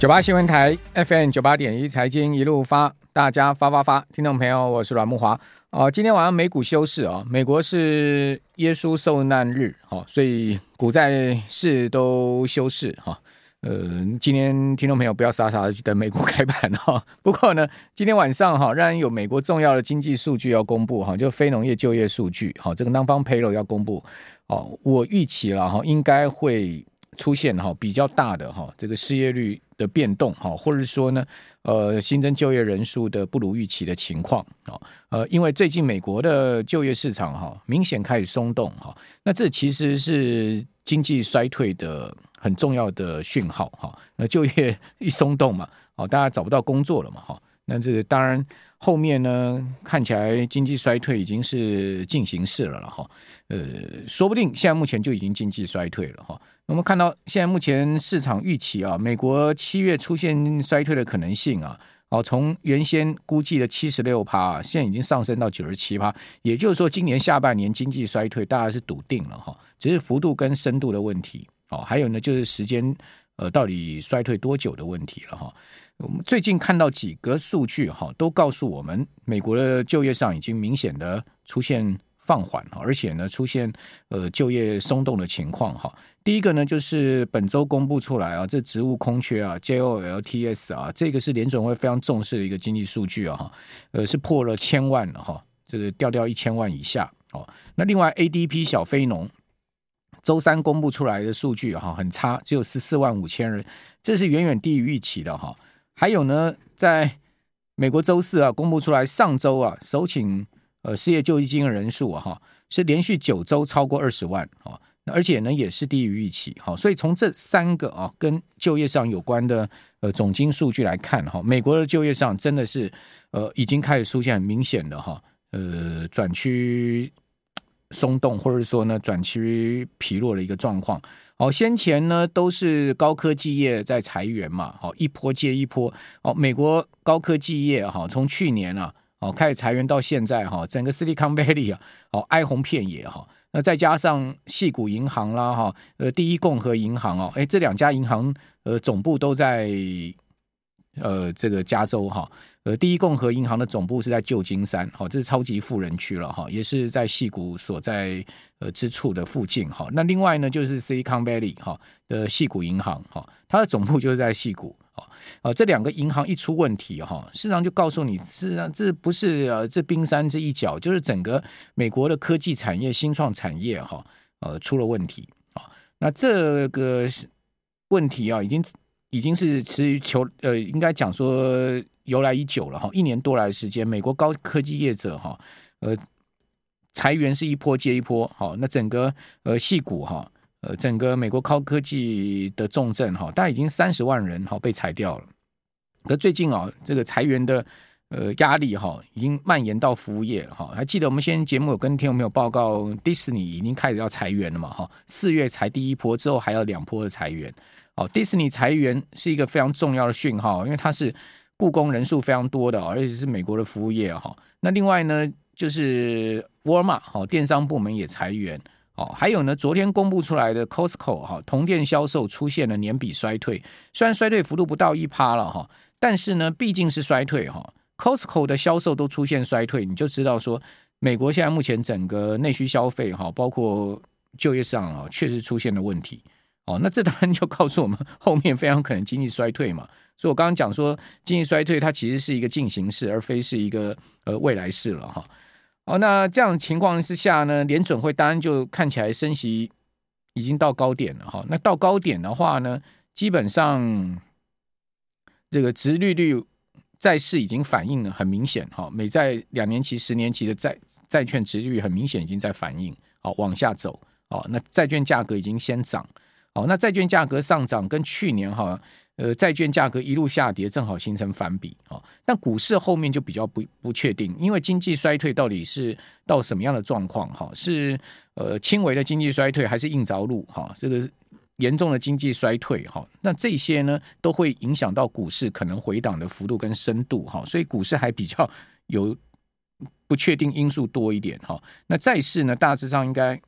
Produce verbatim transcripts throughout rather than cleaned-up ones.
九八新闻台 F M 九八点一财经一路发，大家发发发，听众朋友，我是阮慕骅。哦，今天晚上美股休市哦，美国是耶稣受难日，哦，所以股债市都休市哈。呃，今天听众朋友不要傻傻的去等美股开盘哈。不过呢，今天晚上哈，仍然有美国重要的经济数据要公布哈，就非农业就业数据，好，这个 non-farm payroll 要公布。哦，我预期了哈，应该会出现哈比较大的哈这个失业率的变动哈，或者说呢，呃，新增就业人数的不如预期的情况啊，呃，因为最近美国的就业市场哈明显开始松动哈，那这其实是经济衰退的很重要的讯号哈。那就业一松动嘛，哦，大家找不到工作了嘛哈，那这个当然后面呢看起来经济衰退已经是进行式了了哈，呃，说不定现在目前就已经经济衰退了哈。我们看到现在目前市场预期啊，美国七月出现衰退的可能性啊，哦，从原先估计的 百分之七十六、啊、现在已经上升到 百分之九十七， 也就是说今年下半年经济衰退大概是笃定了哈，只是幅度跟深度的问题，哦，还有呢就是时间呃到底衰退多久的问题了哈。我们最近看到几个数据哈，都告诉我们美国的就业上已经明显的出现放缓，而且呢出现呃就业松动的情况哈。第一个呢就是本周公布出来啊，这职务空缺啊 J O L T S 啊，这个是联准会非常重视的一个经济数据啊，呃是破了千万了哈，这个掉掉一千万以下哦。那另外 A D P 小非农周三公布出来的数据哈很差，只有十四万五千人，这是远远低于预期的哈。还有呢，在美国周四啊公布出来，上周啊首请呃失业救济金的人数啊哈是连续九周超过二十万啊。而且呢，也是低于预期，好，所以从这三个啊跟就业上有关的呃总经数据来看，哈，美国的就业上真的是呃已经开始出现很明显的哈呃转趋松动，或者说呢转趋疲弱的一个状况。好，先前呢都是高科技业在裁员嘛，好，一波接一波，好，美国高科技业哈从去年啊好开始裁员到现在哈，整个 Silicon Valley 啊好哀鸿遍野哈。那再加上矽谷银行啦，哈，呃，第一共和银行哦，哎，这两家银行呃总部都在呃这个加州哈，呃，第一共和银行的总部是在旧金山，好，这是超级富人区了哈，也是在矽谷所在呃之处的附近哈。那另外呢，就是 Silicon Valley 哈的矽谷银行哈，它的总部就是在矽谷。啊，这两个银行一出问题哈，市场就告诉你，是啊，这不是呃这冰山这一角，就是整个美国的科技产业、新创产业哈，呃出了问题啊。那这个问题啊，已经已经是持于求呃，应该讲说由来已久了哈，一年多来的时间，美国高科技业者哈，呃裁员是一波接一波，好，那整个呃矽谷哈。呃，整个美国高科技的重镇哈，大概已经三十万人哈被裁掉了。可最近啊，这个裁员的呃压力哈，已经蔓延到服务业哈。还记得我们先前节目有跟听众朋友报告，迪士尼已经开始要裁员了嘛哈？四月裁第一波之后，还有两波的裁员。哦，迪士尼裁员是一个非常重要的讯号，因为它是雇工人数非常多的，而且是美国的服务业哈。那另外呢，就是沃尔玛哈电商部门也裁员。哦，还有呢，昨天公布出来的 Costco 哈，同店销售出现了年比衰退，虽然衰退幅度不到 百分之一 了哈，但是呢，毕竟是衰退哈。Costco 的销售都出现衰退，你就知道说，美国现在目前整个内需消费哈，包括就业上啊，确实出现了问题。哦，那这当然就告诉我们，后面非常可能经济衰退嘛。所以我刚刚讲说，经济衰退它其实是一个进行式，而非是一个呃未来式了哈。哦，那这样的情况之下呢，联准会当然就看起来升息已经到高点了哈。那到高点的话呢，基本上这个殖利率债市已经反映了很明显哈，美债两年期、十年期的债债券殖利率很明显已经在反映，好往下走。哦，那债券价格已经先涨。哦，那债券价格上涨跟去年哈。呃，债券价格一路下跌，正好形成反比啊、哦。但股市后面就比较不不确定，因为经济衰退到底是到什么样的状况哈、哦？是呃轻微的经济衰退，还是硬着陆哈、哦？这个严重的经济衰退哈、哦？那这些呢都会影响到股市可能回档的幅度跟深度哈、哦。所以股市还比较有不确定因素多一点哈、哦。那债市呢，大致上应该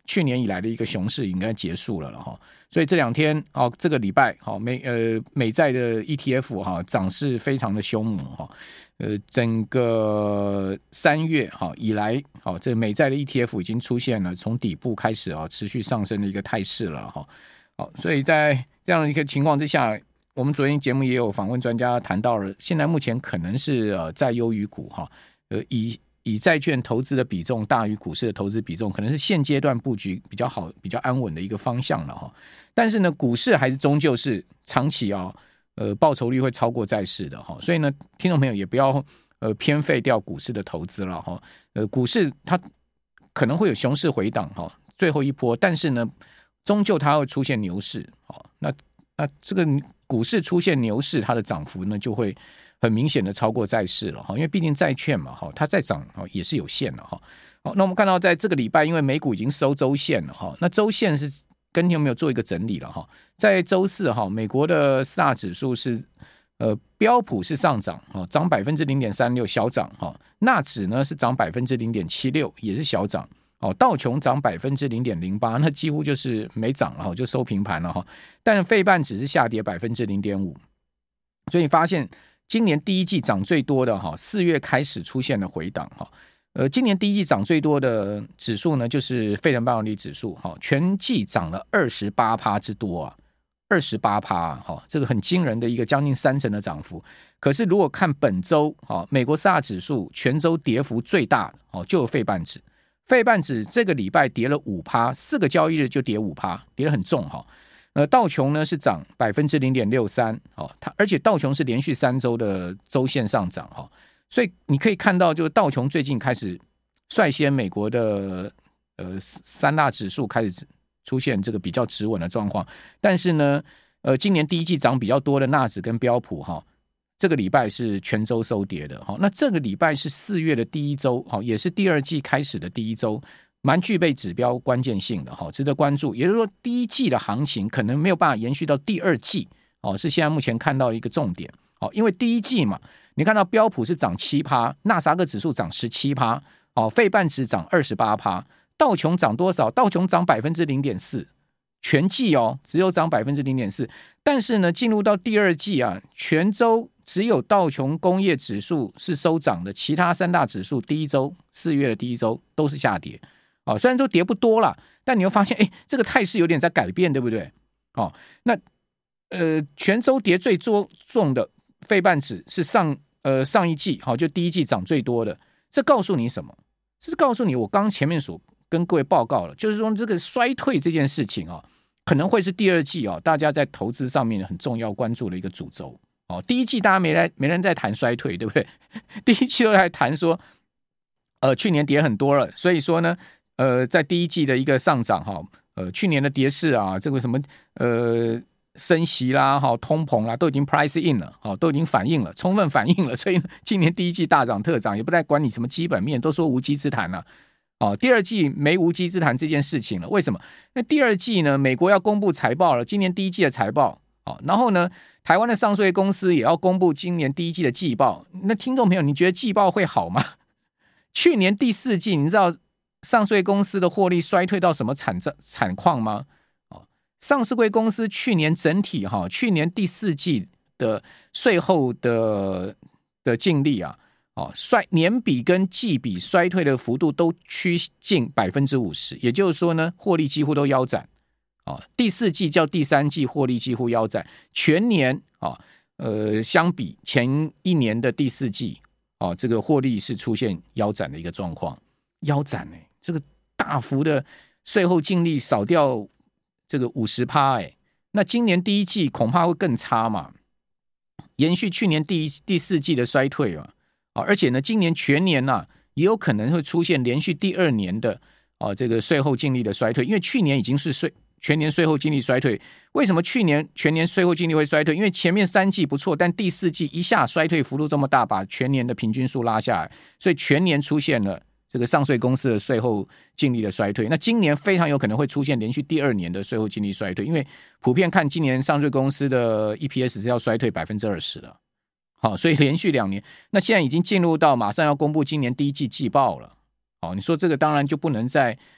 去年以来的一个熊市应该结束了了哈。所以这两天哦，这个礼拜好美呃美债的 E T F 哈涨势非常的凶猛哈。呃，整个三月哈以来，好，这美债的 E T F 已经出现了从底部开始啊持续上升的一个态势了哈。好，所以在这样的一个情况之下，我们昨天节目也有访问专家谈到了，现在目前可能是呃债优于股哈，呃以以债券投资的比重大于股市的投资比重，可能是现阶段布局比较好、比较安稳的一个方向了哈。但是呢，股市还是终究是长期啊。呃，报酬率会超过债市的哈，所以呢，听众朋友也不要呃偏废掉股市的投资了哈。呃，股市它可能会有熊市回档哈，最后一波，但是呢，终究它会出现牛市哈。那那这个股市出现牛市，它的涨幅呢就会很明显的超过债市了哈，因为毕竟债券嘛哈，它再涨也是有限的哈。好，那我们看到在这个礼拜，因为美股已经收周线了哈，那周线是。跟你有没有做一个整理了哈？在周四哈，美国的四大指数是呃标普是上涨哈，涨百分之零点三六，小涨哈。纳指呢是涨百分之零点七六，也是小涨。哦，道琼涨百分之零点零八，那几乎就是没涨了，就收平盘了哈。但费半指是下跌百分之零点五，所以你发现今年第一季涨最多的哈，四月开始出现了回档哈。呃，今年第一季涨最多的指数呢，就是费城半导体指数，哈，全季涨了二十八趴之多啊，二十八趴，哈，这个很惊人的一个将近三成的涨幅。可是如果看本周，哈，美国四大指数全周跌幅最大的，哦，就有费半指，费半指这个礼拜跌了五趴，四个交易日就跌五趴，跌得很重哈。呃，道琼呢是涨百分之零点六三，哦，它而且道琼是连续三周的周线上涨哈。所以你可以看到，就是道琼最近开始率先美国的呃三大指数开始出现这个比较止稳的状况，但是呢，呃，今年第一季涨比较多的纳指跟标普哈，这个礼拜是全周收跌的哈。那这个礼拜是四月的第一周，哈，也是第二季开始的第一周，蛮具备指标关键性的哈，值得关注。也就是说，第一季的行情可能没有办法延续到第二季哦，是现在目前看到的一个重点哦，因为第一季嘛。你看到标普是涨七趴，纳斯达克指数涨十七趴，哦，费半指涨二十八趴，道琼涨多少？道琼涨百分之零点四，全季哦只有涨百分之零点四，但是呢，进入到第二季啊，全周只有道琼工业指数是收涨的，其他三大指数第一周四月的第一周都是下跌，哦，虽然说跌不多啦，但你会发现，哎，这个态势有点在改变，对不对？哦，那呃，全周跌最重的费半指是上。呃，上一季好，就第一季涨最多的，这告诉你什么？这是告诉你，我刚前面所跟各位报告了，就是说这个衰退这件事情啊，可能会是第二季啊，大家在投资上面很重要关注的一个主轴哦。第一季大家没来没人在谈衰退，对不对？第一季都在谈说，呃，去年跌很多了，所以说呢，呃，在第一季的一个上涨哈，呃，去年的跌势啊，这个什么呃。升息啦，通膨啦，都已经 price in 了，都已经反映了，充分反映了，所以今年第一季大涨特涨，也不再管你什么基本面，都说无稽之谈了。哦，第二季没无稽之谈这件事情了，为什么？那第二季呢，美国要公布财报了，今年第一季的财报，哦，然后呢，台湾的上市公司也要公布今年第一季的季报。那听众朋友，你觉得季报会好吗？去年第四季，你知道上市公司的获利衰退到什么惨惨况吗？上市柜公司去年整体哈，去年第四季的税后的的净利啊，哦，衰年比跟季比衰退的幅度都趋近百分之五十，也就是说呢，获利几乎都腰斩。哦，第四季较第三季获利几乎腰斩，全年啊，呃，相比前一年的第四季，哦，这个获利是出现腰斩的一个状况，腰斩哎，这个大幅的税后净利少掉。这个 百分之五十 哎，那今年第一季恐怕会更差嘛，延续去年第一第四季的衰退啊，而且呢，今年全年啊也有可能会出现连续第二年的啊这个税后净利的衰退，因为去年已经是税全年税后净利衰退，为什么去年全年税后净利会衰退？因为前面三季不错，但第四季一下衰退幅度这么大，把全年的平均数拉下来，所以全年出现了。这个上税公司的税后净利的衰退，那今年非常有可能会出现连续第二年的税后净利衰退，因为普遍看今年上税公司的 E P S 是要衰退 百分之二十 了，好，所以连续两年，那现在已经进入到马上要公布今年第一季季报了，好，你说这个当然就不能再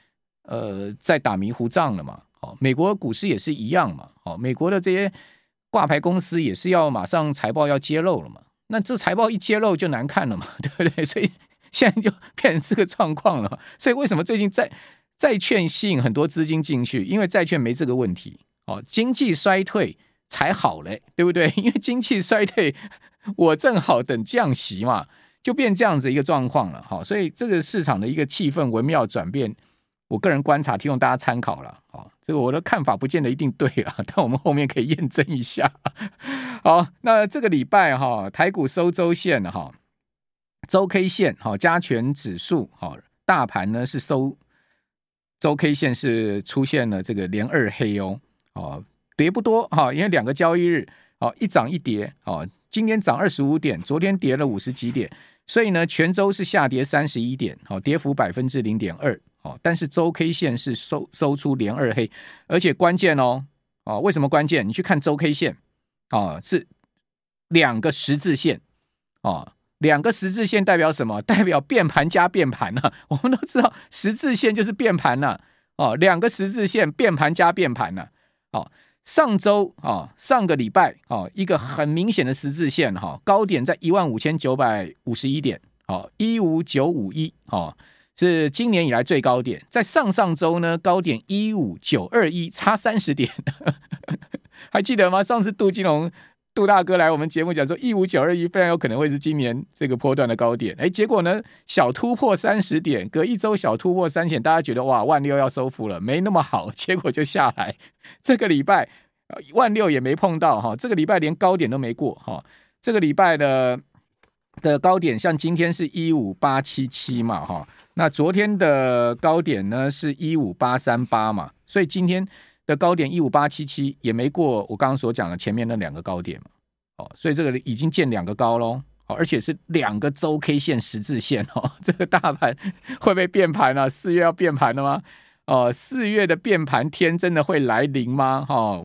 呃在打迷糊仗了嘛。哦，美国股市也是一样嘛。哦，美国的这些挂牌公司也是要马上财报要揭露了嘛。那这财报一揭露就难看了嘛，对不对？所以现在就变成这个状况了。所以为什么最近债债券吸引很多资金进去？因为债券没这个问题。哦，经济衰退才好嘞，对不对？因为经济衰退，我正好等降息嘛，就变这样子一个状况了。好，所以这个市场的一个气氛微妙转变，我个人观察提供大家参考了。好，这个我的看法不见得一定对啊，但我们后面可以验证一下。好，那这个礼拜哈，台股收周线哈，周 K 线哈，加权指数哈，大盘呢是收周 K 线是出现了这个连二黑哦。哦，跌不多哈，因为两个交易日，哦，一涨一跌，哦，今天涨二十五点，昨天跌了五十几点，所以呢，全周是下跌三十一点，哦，跌幅百分之零点二，哦，但是周 K 线是收收出连二黑，而且关键哦，哦，为什么关键？你去看周 K 线，哦，是两个十字线，哦。两个十字线代表什么？代表变盘加变盘啊！我们都知道十字线就是变盘啊，哦，两个十字线变盘加变盘啊。哦，上周哦，上个礼拜哦，一个很明显的十字线哈、哦，高点在一万五千九百五十一点，哦，一五九五一，哦，是今年以来最高点。在上上周呢，高点一五九二一，差三十点，还记得吗？上次杜金龙杜大哥来我们节目讲说，一五九二一非常有可能会是今年这个波段的高点。哎，结果呢，小突破三十点，隔一周小突破三千，大家觉得哇，万六要收复了，没那么好，结果就下来。这个礼拜万六也没碰到哈，这个礼拜连高点都没过哈。这个礼拜的的高点，像今天是一五八七七嘛哈，那昨天的高点呢是一五八三八嘛，所以今天的高点一五八七七也没过我刚刚所讲的前面那两个高点嘛，哦，所以这个已经见两个高咯，哦，而且是两个周 K 线十字线哦，这个大盘会不会变盘啊？四月要变盘了吗？哦，四月的变盘天真的会来临吗？哦，